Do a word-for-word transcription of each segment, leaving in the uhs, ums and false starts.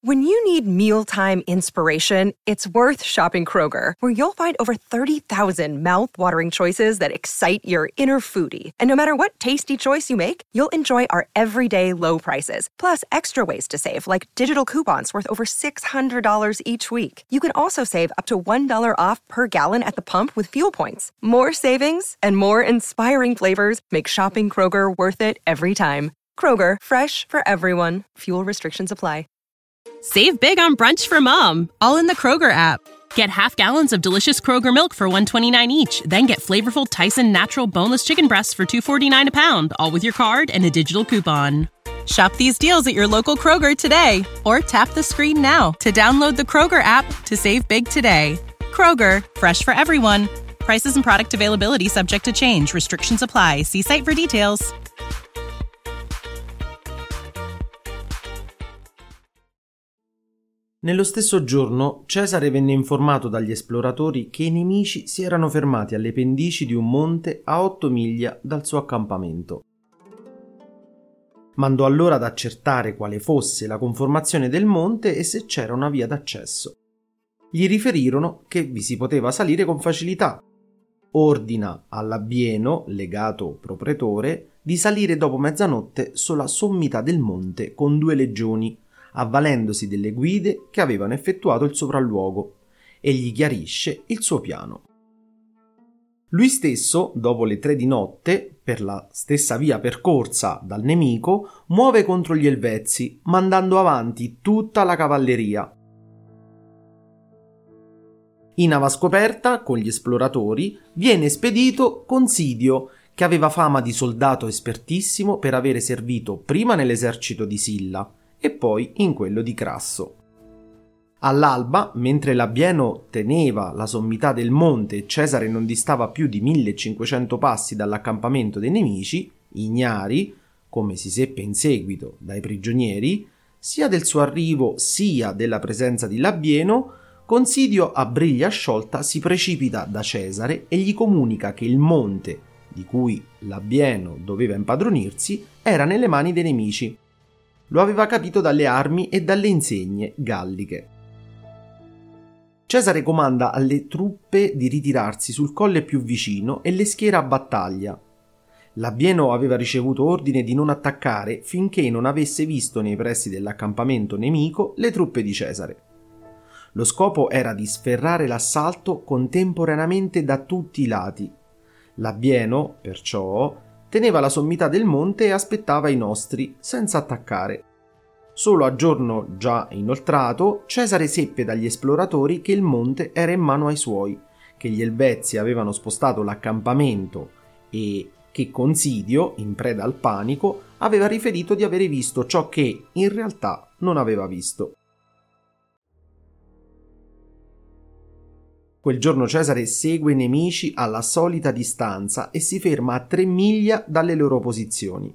When you need mealtime inspiration, it's worth shopping Kroger, where you'll find over thirty thousand mouth-watering choices that excite your inner foodie. And no matter what tasty choice you make, you'll enjoy our everyday low prices, plus extra ways to save, like digital coupons worth over six hundred dollars each week. You can also save up to one dollar off per gallon at the pump with fuel points. More savings and more inspiring flavors make shopping Kroger worth it every time. Kroger, fresh for everyone. Fuel restrictions apply. Save big on brunch for mom, all in the Kroger app. Get half gallons of delicious Kroger milk for one dollar and twenty-nine cents each. Then get flavorful Tyson natural boneless chicken breasts for two dollars and forty-nine cents a pound, all with your card and a digital coupon. Shop these deals at your local Kroger today, or tap the screen now to download the Kroger app to save big today. Kroger, fresh for everyone. Prices and product availability subject to change. Restrictions apply. See site for details. Nello stesso giorno Cesare venne informato dagli esploratori che i nemici si erano fermati alle pendici di un monte a otto miglia dal suo accampamento. Mandò allora ad accertare quale fosse la conformazione del monte e se c'era una via d'accesso. Gli riferirono che vi si poteva salire con facilità. Ordina al Labieno, legato pro pretore, di salire dopo mezzanotte sulla sommità del monte con due legioni, avvalendosi delle guide che avevano effettuato il sopralluogo, e gli chiarisce il suo piano. Lui stesso, dopo le tre di notte, per la stessa via percorsa dal nemico, muove contro gli Elvezi, mandando avanti tutta la cavalleria. In ava scoperta, con gli esploratori, viene spedito Considio, che aveva fama di soldato espertissimo per avere servito prima nell'esercito di Silla e poi in quello di Crasso. All'alba, mentre Labieno teneva la sommità del monte e Cesare non distava più di millecinquecento passi dall'accampamento dei nemici, ignari, come si seppe in seguito dai prigionieri, sia del suo arrivo sia della presenza di Labieno, Considio a briglia sciolta si precipita da Cesare e gli comunica che il monte, di cui Labieno doveva impadronirsi, era nelle mani dei nemici. Lo aveva capito dalle armi e dalle insegne galliche. Cesare comanda alle truppe di ritirarsi sul colle più vicino e le schiera a battaglia. Labieno aveva ricevuto ordine di non attaccare finché non avesse visto nei pressi dell'accampamento nemico le truppe di Cesare. Lo scopo era di sferrare l'assalto contemporaneamente da tutti i lati. Labieno, perciò, teneva la sommità del monte e aspettava i nostri senza attaccare. Solo a giorno già inoltrato, Cesare seppe dagli esploratori che il monte era in mano ai suoi, che gli Elvezi avevano spostato l'accampamento e che Considio, in preda al panico, aveva riferito di avere visto ciò che in realtà non aveva visto. Quel giorno Cesare segue i nemici alla solita distanza e si ferma a tre miglia dalle loro posizioni.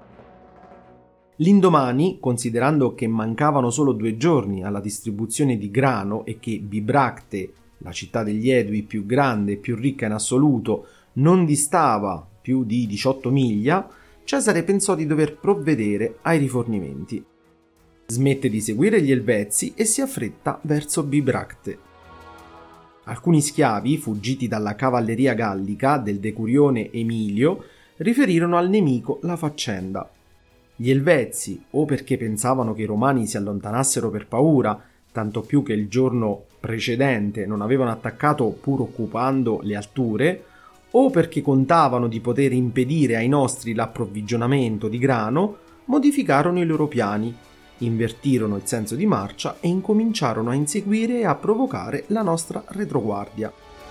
L'indomani, considerando che mancavano solo due giorni alla distribuzione di grano e che Bibracte, la città degli Edui più grande e più ricca in assoluto, non distava più di diciotto miglia, Cesare pensò di dover provvedere ai rifornimenti. Smette di seguire gli Elvezi e si affretta verso Bibracte. Alcuni schiavi, fuggiti dalla cavalleria gallica del decurione Emilio, riferirono al nemico la faccenda. Gli Elvezi, o perché pensavano che i romani si allontanassero per paura, tanto più che il giorno precedente non avevano attaccato pur occupando le alture, o perché contavano di poter impedire ai nostri l'approvvigionamento di grano, modificarono i loro piani, invertirono il senso di marcia e incominciarono a inseguire e a provocare la nostra retroguardia.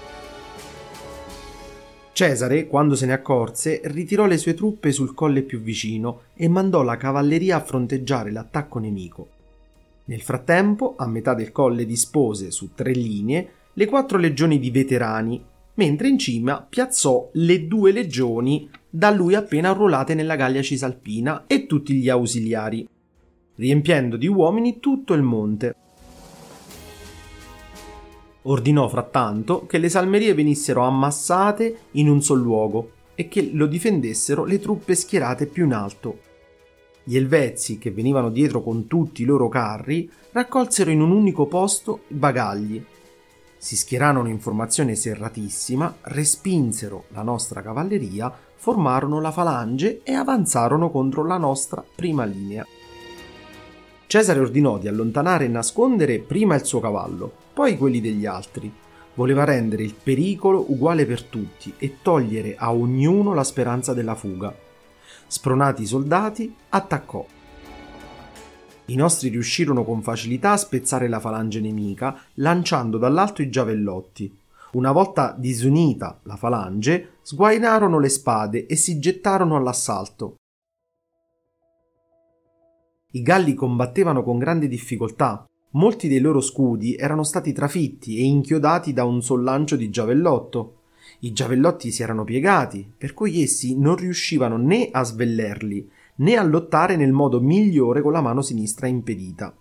Cesare, quando se ne accorse, ritirò le sue truppe sul colle più vicino e mandò la cavalleria a fronteggiare l'attacco nemico. Nel frattempo, a metà del colle dispose, su tre linee, le quattro legioni di veterani, mentre in cima piazzò le due legioni da lui appena arruolate nella Gallia Cisalpina e tutti gli ausiliari, riempiendo di uomini tutto il monte. Ordinò frattanto che le salmerie venissero ammassate in un sol luogo e che lo difendessero le truppe schierate più in alto. Gli Elvezi, che venivano dietro con tutti i loro carri, raccolsero in un unico posto i bagagli. Si schierarono in formazione serratissima, respinsero la nostra cavalleria, formarono la falange e avanzarono contro la nostra prima linea. Cesare ordinò di allontanare e nascondere prima il suo cavallo, poi quelli degli altri. Voleva rendere il pericolo uguale per tutti e togliere a ognuno la speranza della fuga. Spronati i soldati, attaccò. I nostri riuscirono con facilità a spezzare la falange nemica, lanciando dall'alto i giavellotti. Una volta disunita la falange, sguainarono le spade e si gettarono all'assalto. I Galli combattevano con grande difficoltà. Molti dei loro scudi erano stati trafitti e inchiodati da un sol lancio di giavellotto. I giavellotti si erano piegati, per cui essi non riuscivano né a svellerli, né a lottare nel modo migliore con la mano sinistra impedita.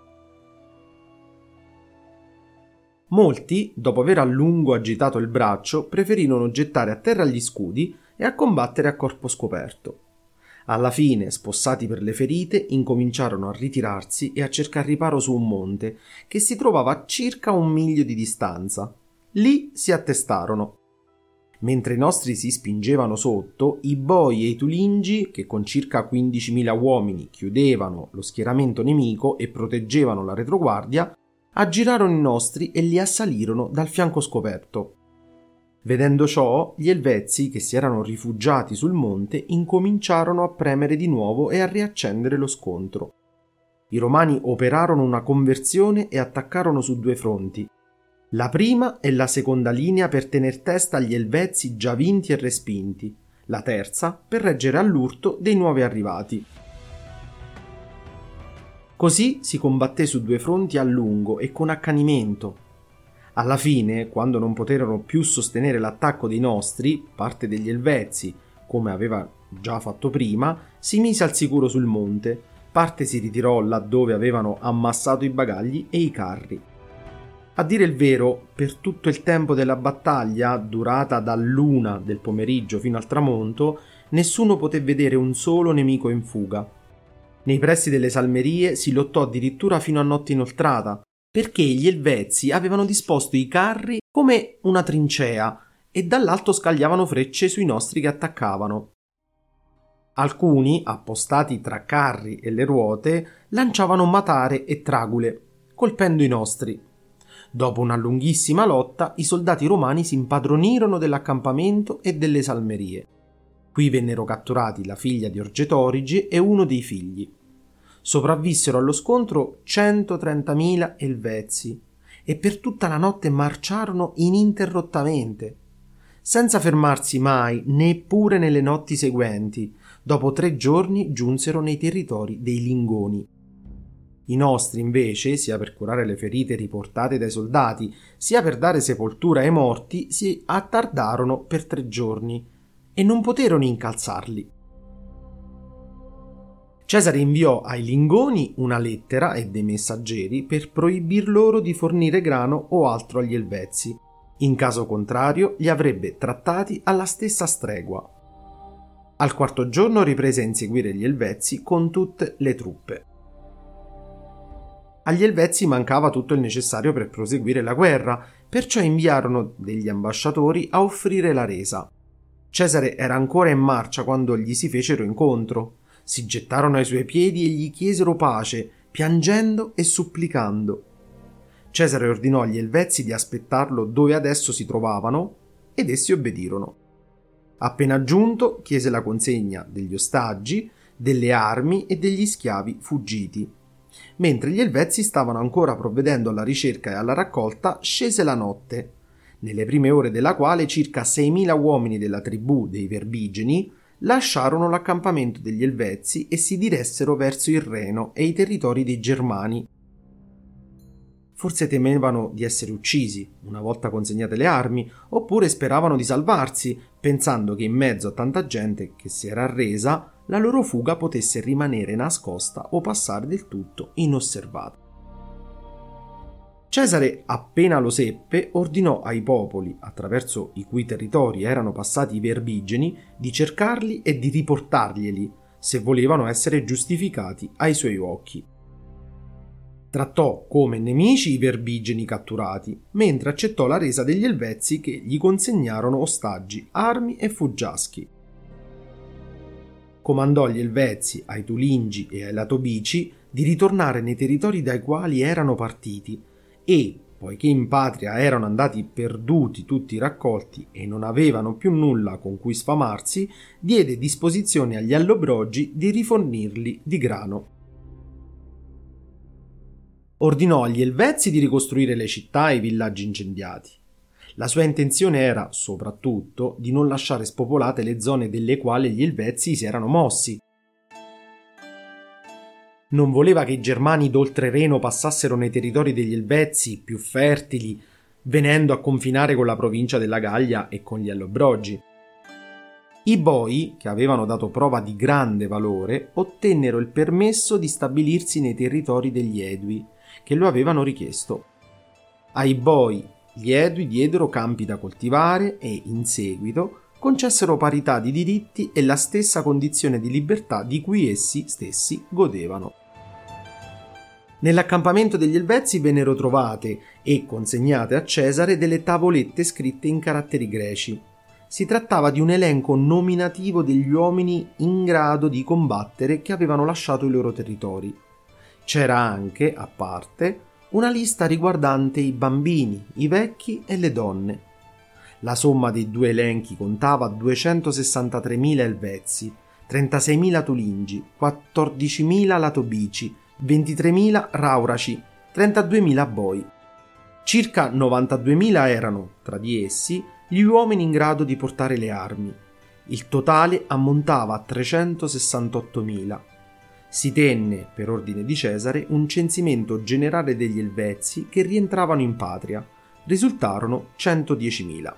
Molti, dopo aver a lungo agitato il braccio, preferirono gettare a terra gli scudi e a combattere a corpo scoperto. Alla fine, spossati per le ferite, incominciarono a ritirarsi e a cercar riparo su un monte, che si trovava a circa un miglio di distanza. Lì si attestarono. Mentre i nostri si spingevano sotto, i boi e i tulingi, che con circa quindicimila uomini chiudevano lo schieramento nemico e proteggevano la retroguardia, aggirarono i nostri e li assalirono dal fianco scoperto. Vedendo ciò, gli Elvezi, che si erano rifugiati sul monte, incominciarono a premere di nuovo e a riaccendere lo scontro. I Romani operarono una conversione e attaccarono su due fronti. La prima e la seconda linea per tener testa agli Elvezi già vinti e respinti, la terza per reggere all'urto dei nuovi arrivati. Così si combatté su due fronti a lungo e con accanimento. Alla fine, quando non poterono più sostenere l'attacco dei nostri, parte degli Elvezi, come aveva già fatto prima, si mise al sicuro sul monte, parte si ritirò laddove avevano ammassato i bagagli e i carri. A dire il vero, per tutto il tempo della battaglia, durata dall'una del pomeriggio fino al tramonto, nessuno poté vedere un solo nemico in fuga. Nei pressi delle salmerie si lottò addirittura fino a notte inoltrata, perché gli Elvezi avevano disposto i carri come una trincea e dall'alto scagliavano frecce sui nostri che attaccavano. Alcuni, appostati tra carri e le ruote, lanciavano matare e tragule, colpendo i nostri. Dopo una lunghissima lotta, i soldati romani si impadronirono dell'accampamento e delle salmerie. Qui vennero catturati la figlia di Orgetorige e uno dei figli. Sopravvissero allo scontro centotrentamila Elvezi e per tutta la notte marciarono ininterrottamente, senza fermarsi mai, neppure nelle notti seguenti. Dopo tre giorni giunsero nei territori dei Lingoni. I nostri, invece, sia per curare le ferite riportate dai soldati, sia per dare sepoltura ai morti, si attardarono per tre giorni e non poterono incalzarli. Cesare inviò ai Lingoni una lettera e dei messaggeri per proibir loro di fornire grano o altro agli Elvezi. In caso contrario, li avrebbe trattati alla stessa stregua. Al quarto giorno riprese a inseguire gli Elvezi con tutte le truppe. Agli Elvezi mancava tutto il necessario per proseguire la guerra, perciò inviarono degli ambasciatori a offrire la resa. Cesare era ancora in marcia quando gli si fecero incontro. Si gettarono ai suoi piedi e gli chiesero pace, piangendo e supplicando. Cesare ordinò agli Elvezi di aspettarlo dove adesso si trovavano, ed essi obbedirono. Appena giunto, chiese la consegna degli ostaggi, delle armi e degli schiavi fuggiti. Mentre gli Elvezi stavano ancora provvedendo alla ricerca e alla raccolta, scese la notte, nelle prime ore della quale circa seimila uomini della tribù dei Verbigeni lasciarono l'accampamento degli Elvezi e si diressero verso il Reno e i territori dei Germani. Forse temevano di essere uccisi una volta consegnate le armi, oppure speravano di salvarsi, pensando che in mezzo a tanta gente che si era arresa la loro fuga potesse rimanere nascosta o passare del tutto inosservata. Cesare, appena lo seppe, ordinò ai popoli, attraverso i cui territori erano passati i Verbigeni, di cercarli e di riportarglieli, se volevano essere giustificati ai suoi occhi. Trattò come nemici i verbigeni catturati, mentre accettò la resa degli Elvezi che gli consegnarono ostaggi, armi e fuggiaschi. Comandò gli Elvezi, ai Tulingi e ai Latobici di ritornare nei territori dai quali erano partiti e, poiché in patria erano andati perduti tutti i raccolti e non avevano più nulla con cui sfamarsi, diede disposizione agli Allobrogi di rifornirli di grano. Ordinò agli Elvezi di ricostruire le città e i villaggi incendiati. La sua intenzione era, soprattutto, di non lasciare spopolate le zone delle quali gli Elvezi si erano mossi. Non voleva che i Germani d'oltre Reno passassero nei territori degli Elvezi, più fertili, venendo a confinare con la provincia della Gallia e con gli Allobrogi. I Boi, che avevano dato prova di grande valore, ottennero il permesso di stabilirsi nei territori degli Edui, che lo avevano richiesto. Ai Boi gli Edui diedero campi da coltivare e, in seguito, concessero parità di diritti e la stessa condizione di libertà di cui essi stessi godevano. Nell'accampamento degli Elvezi vennero trovate e consegnate a Cesare delle tavolette scritte in caratteri greci. Si trattava di un elenco nominativo degli uomini in grado di combattere che avevano lasciato i loro territori. C'era anche, a parte, una lista riguardante i bambini, i vecchi e le donne. La somma dei due elenchi contava duecentosessantatremila Elvezi, trentaseimila Tulingi, quattordicimila Latobici, ventitremila Rauraci, trentaduemila Boi. Circa novantaduemila erano, tra di essi, gli uomini in grado di portare le armi. Il totale ammontava a trecentosessantottomila. Si tenne, per ordine di Cesare, un censimento generale degli Elvezi che rientravano in patria. Risultarono centodiecimila.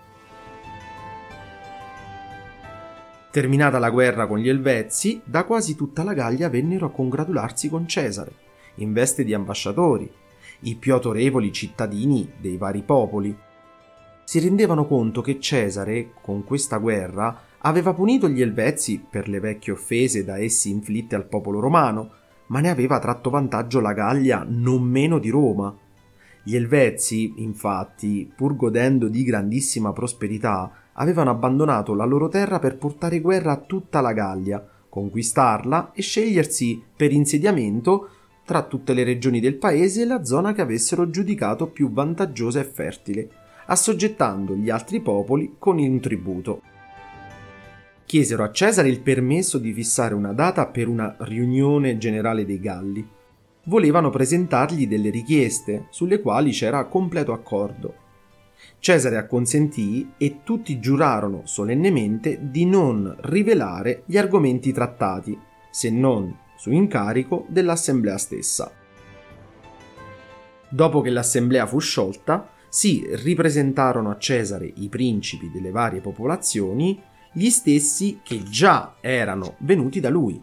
Terminata la guerra con gli Elvezi, da quasi tutta la Gallia vennero a congratularsi con Cesare, in veste di ambasciatori, i più autorevoli cittadini dei vari popoli. Si rendevano conto che Cesare, con questa guerra, aveva punito gli Elvezi per le vecchie offese da essi inflitte al popolo romano, ma ne aveva tratto vantaggio la Gallia non meno di Roma. Gli Elvezi, infatti, pur godendo di grandissima prosperità, avevano abbandonato la loro terra per portare guerra a tutta la Gallia, conquistarla e scegliersi per insediamento tra tutte le regioni del paese la zona che avessero giudicato più vantaggiosa e fertile, assoggettando gli altri popoli con un tributo. Chiesero a Cesare il permesso di fissare una data per una riunione generale dei Galli. Volevano presentargli delle richieste, sulle quali c'era completo accordo. Cesare acconsentì e tutti giurarono solennemente di non rivelare gli argomenti trattati, se non su incarico dell'assemblea stessa. Dopo che l'assemblea fu sciolta, si ripresentarono a Cesare i principi delle varie popolazioni, gli stessi che già erano venuti da lui.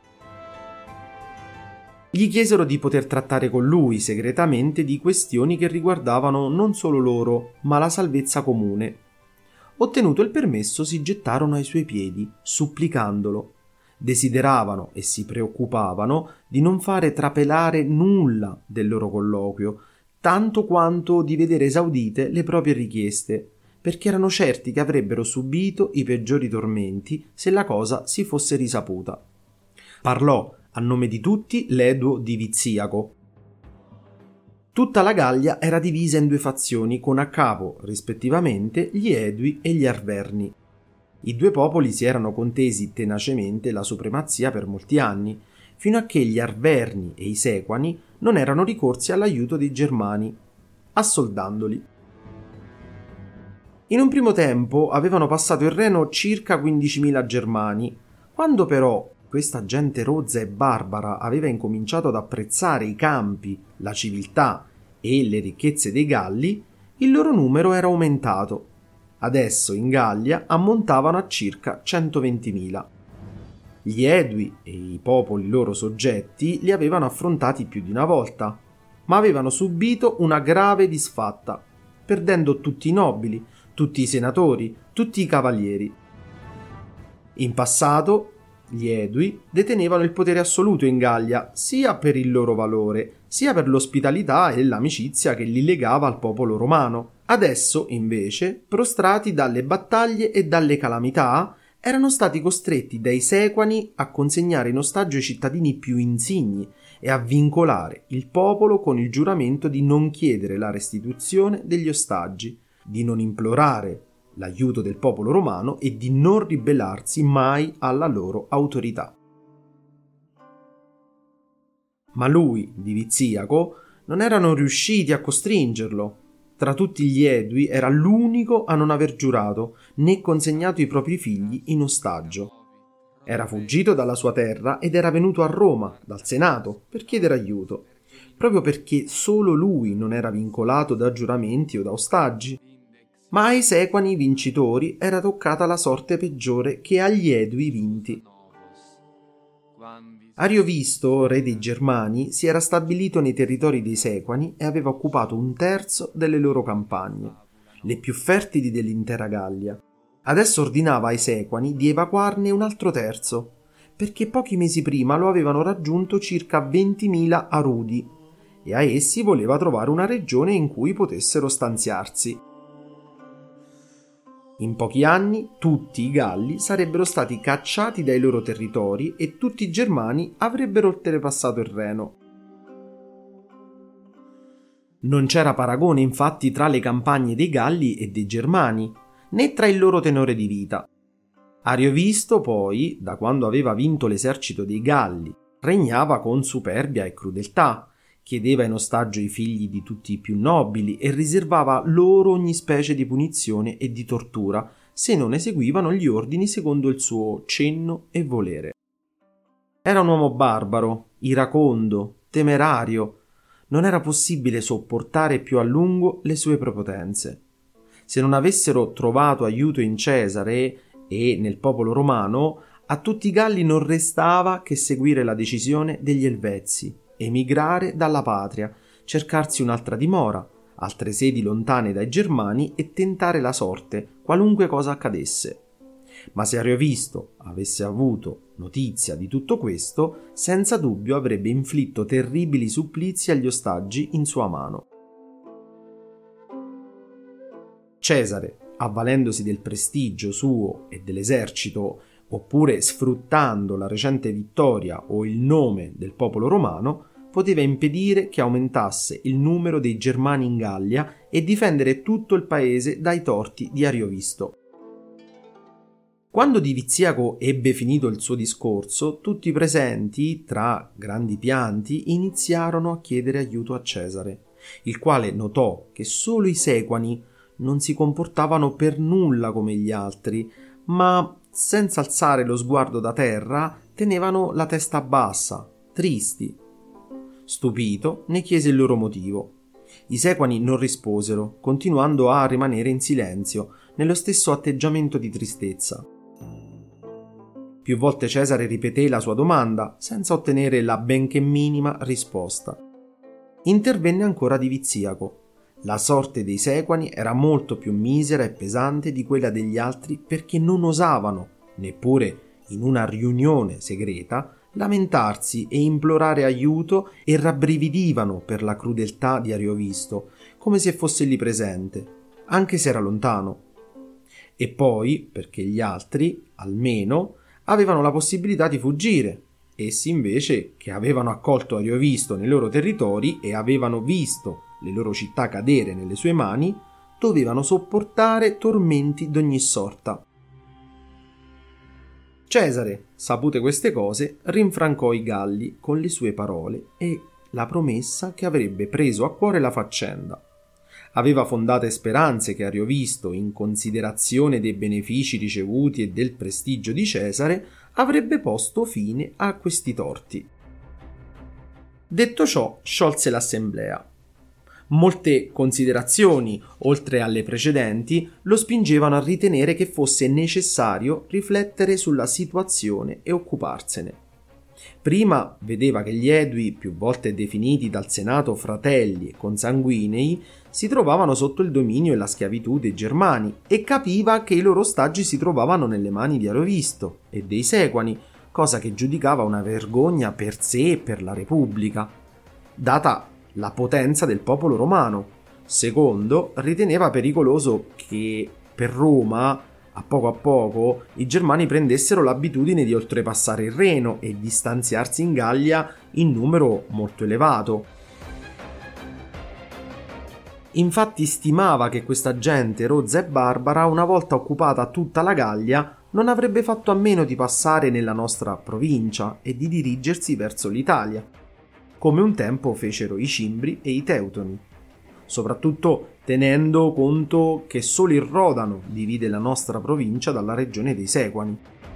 Gli chiesero di poter trattare con lui segretamente di questioni che riguardavano non solo loro, ma la salvezza comune. Ottenuto il permesso, si gettarono ai suoi piedi, supplicandolo. Desideravano e si preoccupavano di non fare trapelare nulla del loro colloquio, tanto quanto di vedere esaudite le proprie richieste, perché erano certi che avrebbero subito i peggiori tormenti se la cosa si fosse risaputa. Parlò a nome di tutti l'Eduo di Viziaco. Tutta la Gallia era divisa in due fazioni con a capo, rispettivamente, gli Edui e gli Arverni. I due popoli si erano contesi tenacemente la supremazia per molti anni, fino a che gli Arverni e i Sequani non erano ricorsi all'aiuto dei Germani, assoldandoli. In un primo tempo avevano passato il Reno circa quindicimila Germani. Quando però questa gente rozza e barbara aveva incominciato ad apprezzare i campi, la civiltà e le ricchezze dei Galli, il loro numero era aumentato. Adesso in Gallia ammontavano a circa centoventimila. Gli Edui e i popoli loro soggetti li avevano affrontati più di una volta, ma avevano subito una grave disfatta, perdendo tutti i nobili, tutti i senatori, tutti i cavalieri. In passato Gli Edui detenevano il potere assoluto in Gallia, sia per il loro valore, sia per l'ospitalità e l'amicizia che li legava al popolo romano. Adesso, invece, prostrati dalle battaglie e dalle calamità, erano stati costretti dai Sequani a consegnare in ostaggio i cittadini più insigni e a vincolare il popolo con il giuramento di non chiedere la restituzione degli ostaggi, di non implorare l'aiuto del popolo romano e di non ribellarsi mai alla loro autorità. Ma lui, Diviziaco, non erano riusciti a costringerlo. Tra tutti gli Edui era l'unico a non aver giurato né consegnato i propri figli in ostaggio. Era fuggito dalla sua terra ed era venuto a Roma, dal Senato, per chiedere aiuto, proprio perché solo lui non era vincolato da giuramenti o da ostaggi. Ma ai Sequani vincitori era toccata la sorte peggiore che agli Edui vinti. Ariovisto, re dei Germani, si era stabilito nei territori dei Sequani e aveva occupato un terzo delle loro campagne, le più fertili dell'intera Gallia. Adesso ordinava ai Sequani di evacuarne un altro terzo, perché pochi mesi prima lo avevano raggiunto circa ventimila Arudi, e a essi voleva trovare una regione in cui potessero stanziarsi. In pochi anni tutti i Galli sarebbero stati cacciati dai loro territori e tutti i Germani avrebbero oltrepassato il Reno. Non c'era paragone infatti tra le campagne dei Galli e dei Germani, né tra il loro tenore di vita. Ariovisto poi, da quando aveva vinto l'esercito dei Galli, regnava con superbia e crudeltà, chiedeva in ostaggio i figli di tutti i più nobili e riservava loro ogni specie di punizione e di tortura se non eseguivano gli ordini secondo il suo cenno e volere. Era un uomo barbaro, iracondo, temerario. Non era possibile sopportare più a lungo le sue prepotenze. Se non avessero trovato aiuto in Cesare e nel popolo romano, a tutti i Galli non restava che seguire la decisione degli Elvezi, emigrare dalla patria, cercarsi un'altra dimora, altre sedi lontane dai Germani e tentare la sorte, qualunque cosa accadesse. Ma se Ariovisto avesse avuto notizia di tutto questo, senza dubbio avrebbe inflitto terribili supplizi agli ostaggi in sua mano. Cesare, avvalendosi del prestigio suo e dell'esercito, oppure sfruttando la recente vittoria o il nome del popolo romano, poteva impedire che aumentasse il numero dei Germani in Gallia e difendere tutto il paese dai torti di Ariovisto. Quando Diviziaco ebbe finito il suo discorso, tutti i presenti, tra grandi pianti, iniziarono a chiedere aiuto a Cesare, il quale notò che solo i Sequani non si comportavano per nulla come gli altri, ma senza alzare lo sguardo da terra tenevano la testa bassa, tristi. Stupito, ne chiese il loro motivo. I Sequani non risposero, continuando a rimanere in silenzio, nello stesso atteggiamento di tristezza. Più volte Cesare ripeté la sua domanda, senza ottenere la benché minima risposta. Intervenne ancora Diviziaco. La sorte dei Sequani era molto più misera e pesante di quella degli altri perché non osavano, neppure in una riunione segreta, lamentarsi e implorare aiuto e rabbrividivano per la crudeltà di Ariovisto, come se fosse lì presente, anche se era lontano. E poi, perché gli altri, almeno, avevano la possibilità di fuggire. Essi invece, che avevano accolto Ariovisto nei loro territori e avevano visto le loro città cadere nelle sue mani, dovevano sopportare tormenti d'ogni sorta. Cesare, sapute queste cose, rinfrancò i Galli con le sue parole e la promessa che avrebbe preso a cuore la faccenda. Aveva fondate speranze che Ariovisto, in considerazione dei benefici ricevuti e del prestigio di Cesare, avrebbe posto fine a questi torti. Detto ciò, sciolse l'assemblea. Molte considerazioni, oltre alle precedenti, lo spingevano a ritenere che fosse necessario riflettere sulla situazione e occuparsene. Prima vedeva che gli Edui, più volte definiti dal Senato fratelli e consanguinei, si trovavano sotto il dominio e la schiavitù dei Germani e capiva che i loro ostaggi si trovavano nelle mani di Ariovisto e dei Sequani, cosa che giudicava una vergogna per sé e per la Repubblica, data la potenza del popolo romano. Secondo, riteneva pericoloso che per Roma, a poco a poco, i germani prendessero l'abitudine di oltrepassare il Reno e di stanziarsi in Gallia in numero molto elevato. Infatti stimava che questa gente rozza e barbara, una volta occupata tutta la Gallia, non avrebbe fatto a meno di passare nella nostra provincia e di dirigersi verso l'Italia, come un tempo fecero i Cimbri e i Teutoni, soprattutto tenendo conto che solo il Rodano divide la nostra provincia dalla regione dei Sequani.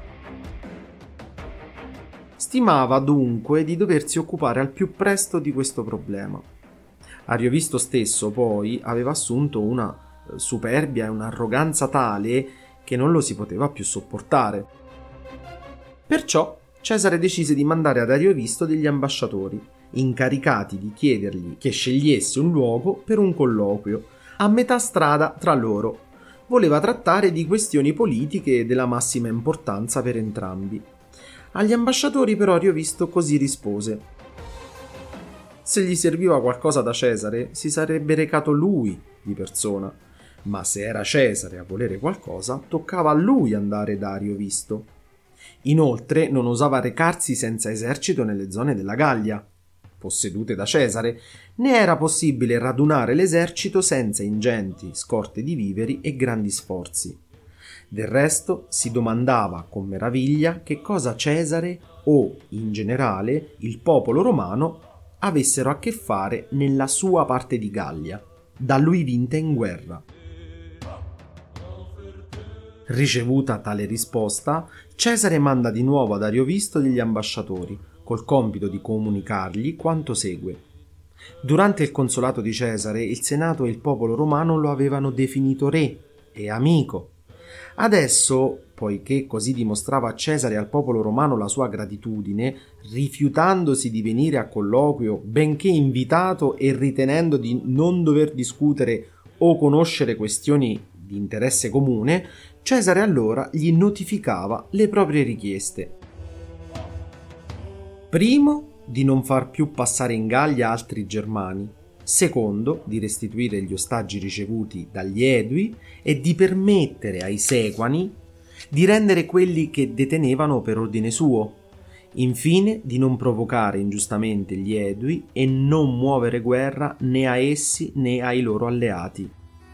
Stimava dunque di doversi occupare al più presto di questo problema. Ariovisto stesso poi aveva assunto una superbia e un'arroganza tale che non lo si poteva più sopportare. Perciò Cesare decise di mandare ad Ariovisto degli ambasciatori, incaricati di chiedergli che scegliesse un luogo per un colloquio, a metà strada tra loro. Voleva trattare di questioni politiche della massima importanza per entrambi. Agli ambasciatori però Ariovisto così rispose: se gli serviva qualcosa da Cesare, si sarebbe recato lui di persona, ma se era Cesare a volere qualcosa, toccava a lui andare da Ariovisto. Inoltre non osava recarsi senza esercito nelle zone della Gallia, possedute da Cesare, né era possibile radunare l'esercito senza ingenti scorte di viveri e grandi sforzi. Del resto si domandava con meraviglia che cosa Cesare o, in generale, il popolo romano avessero a che fare nella sua parte di Gallia, da lui vinta in guerra. Ricevuta tale risposta, Cesare manda di nuovo ad Ariovisto degli ambasciatori, col compito di comunicargli quanto segue. Durante il consolato di Cesare, il Senato e il popolo romano lo avevano definito re e amico. Adesso, poiché così dimostrava a Cesare e al popolo romano la sua gratitudine, rifiutandosi di venire a colloquio, benché invitato e ritenendo di non dover discutere o conoscere questioni di interesse comune, Cesare allora gli notificava le proprie richieste. Primo, di non far più passare in Gallia altri germani. Secondo, di restituire gli ostaggi ricevuti dagli Edui e di permettere ai Sequani di rendere quelli che detenevano per ordine suo. Infine, di non provocare ingiustamente gli Edui e non muovere guerra né a essi né ai loro alleati.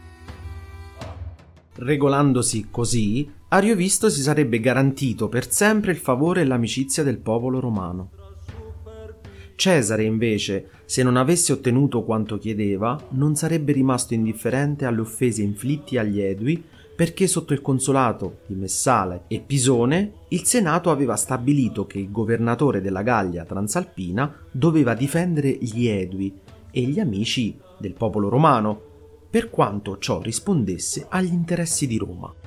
Regolandosi così, Ariovisto si sarebbe garantito per sempre il favore e l'amicizia del popolo romano. Cesare, invece, se non avesse ottenuto quanto chiedeva, non sarebbe rimasto indifferente alle offese inflitti agli Edui, perché sotto il consolato di Messala e Pisone il Senato aveva stabilito che il governatore della Gallia Transalpina doveva difendere gli Edui e gli amici del popolo romano, per quanto ciò rispondesse agli interessi di Roma.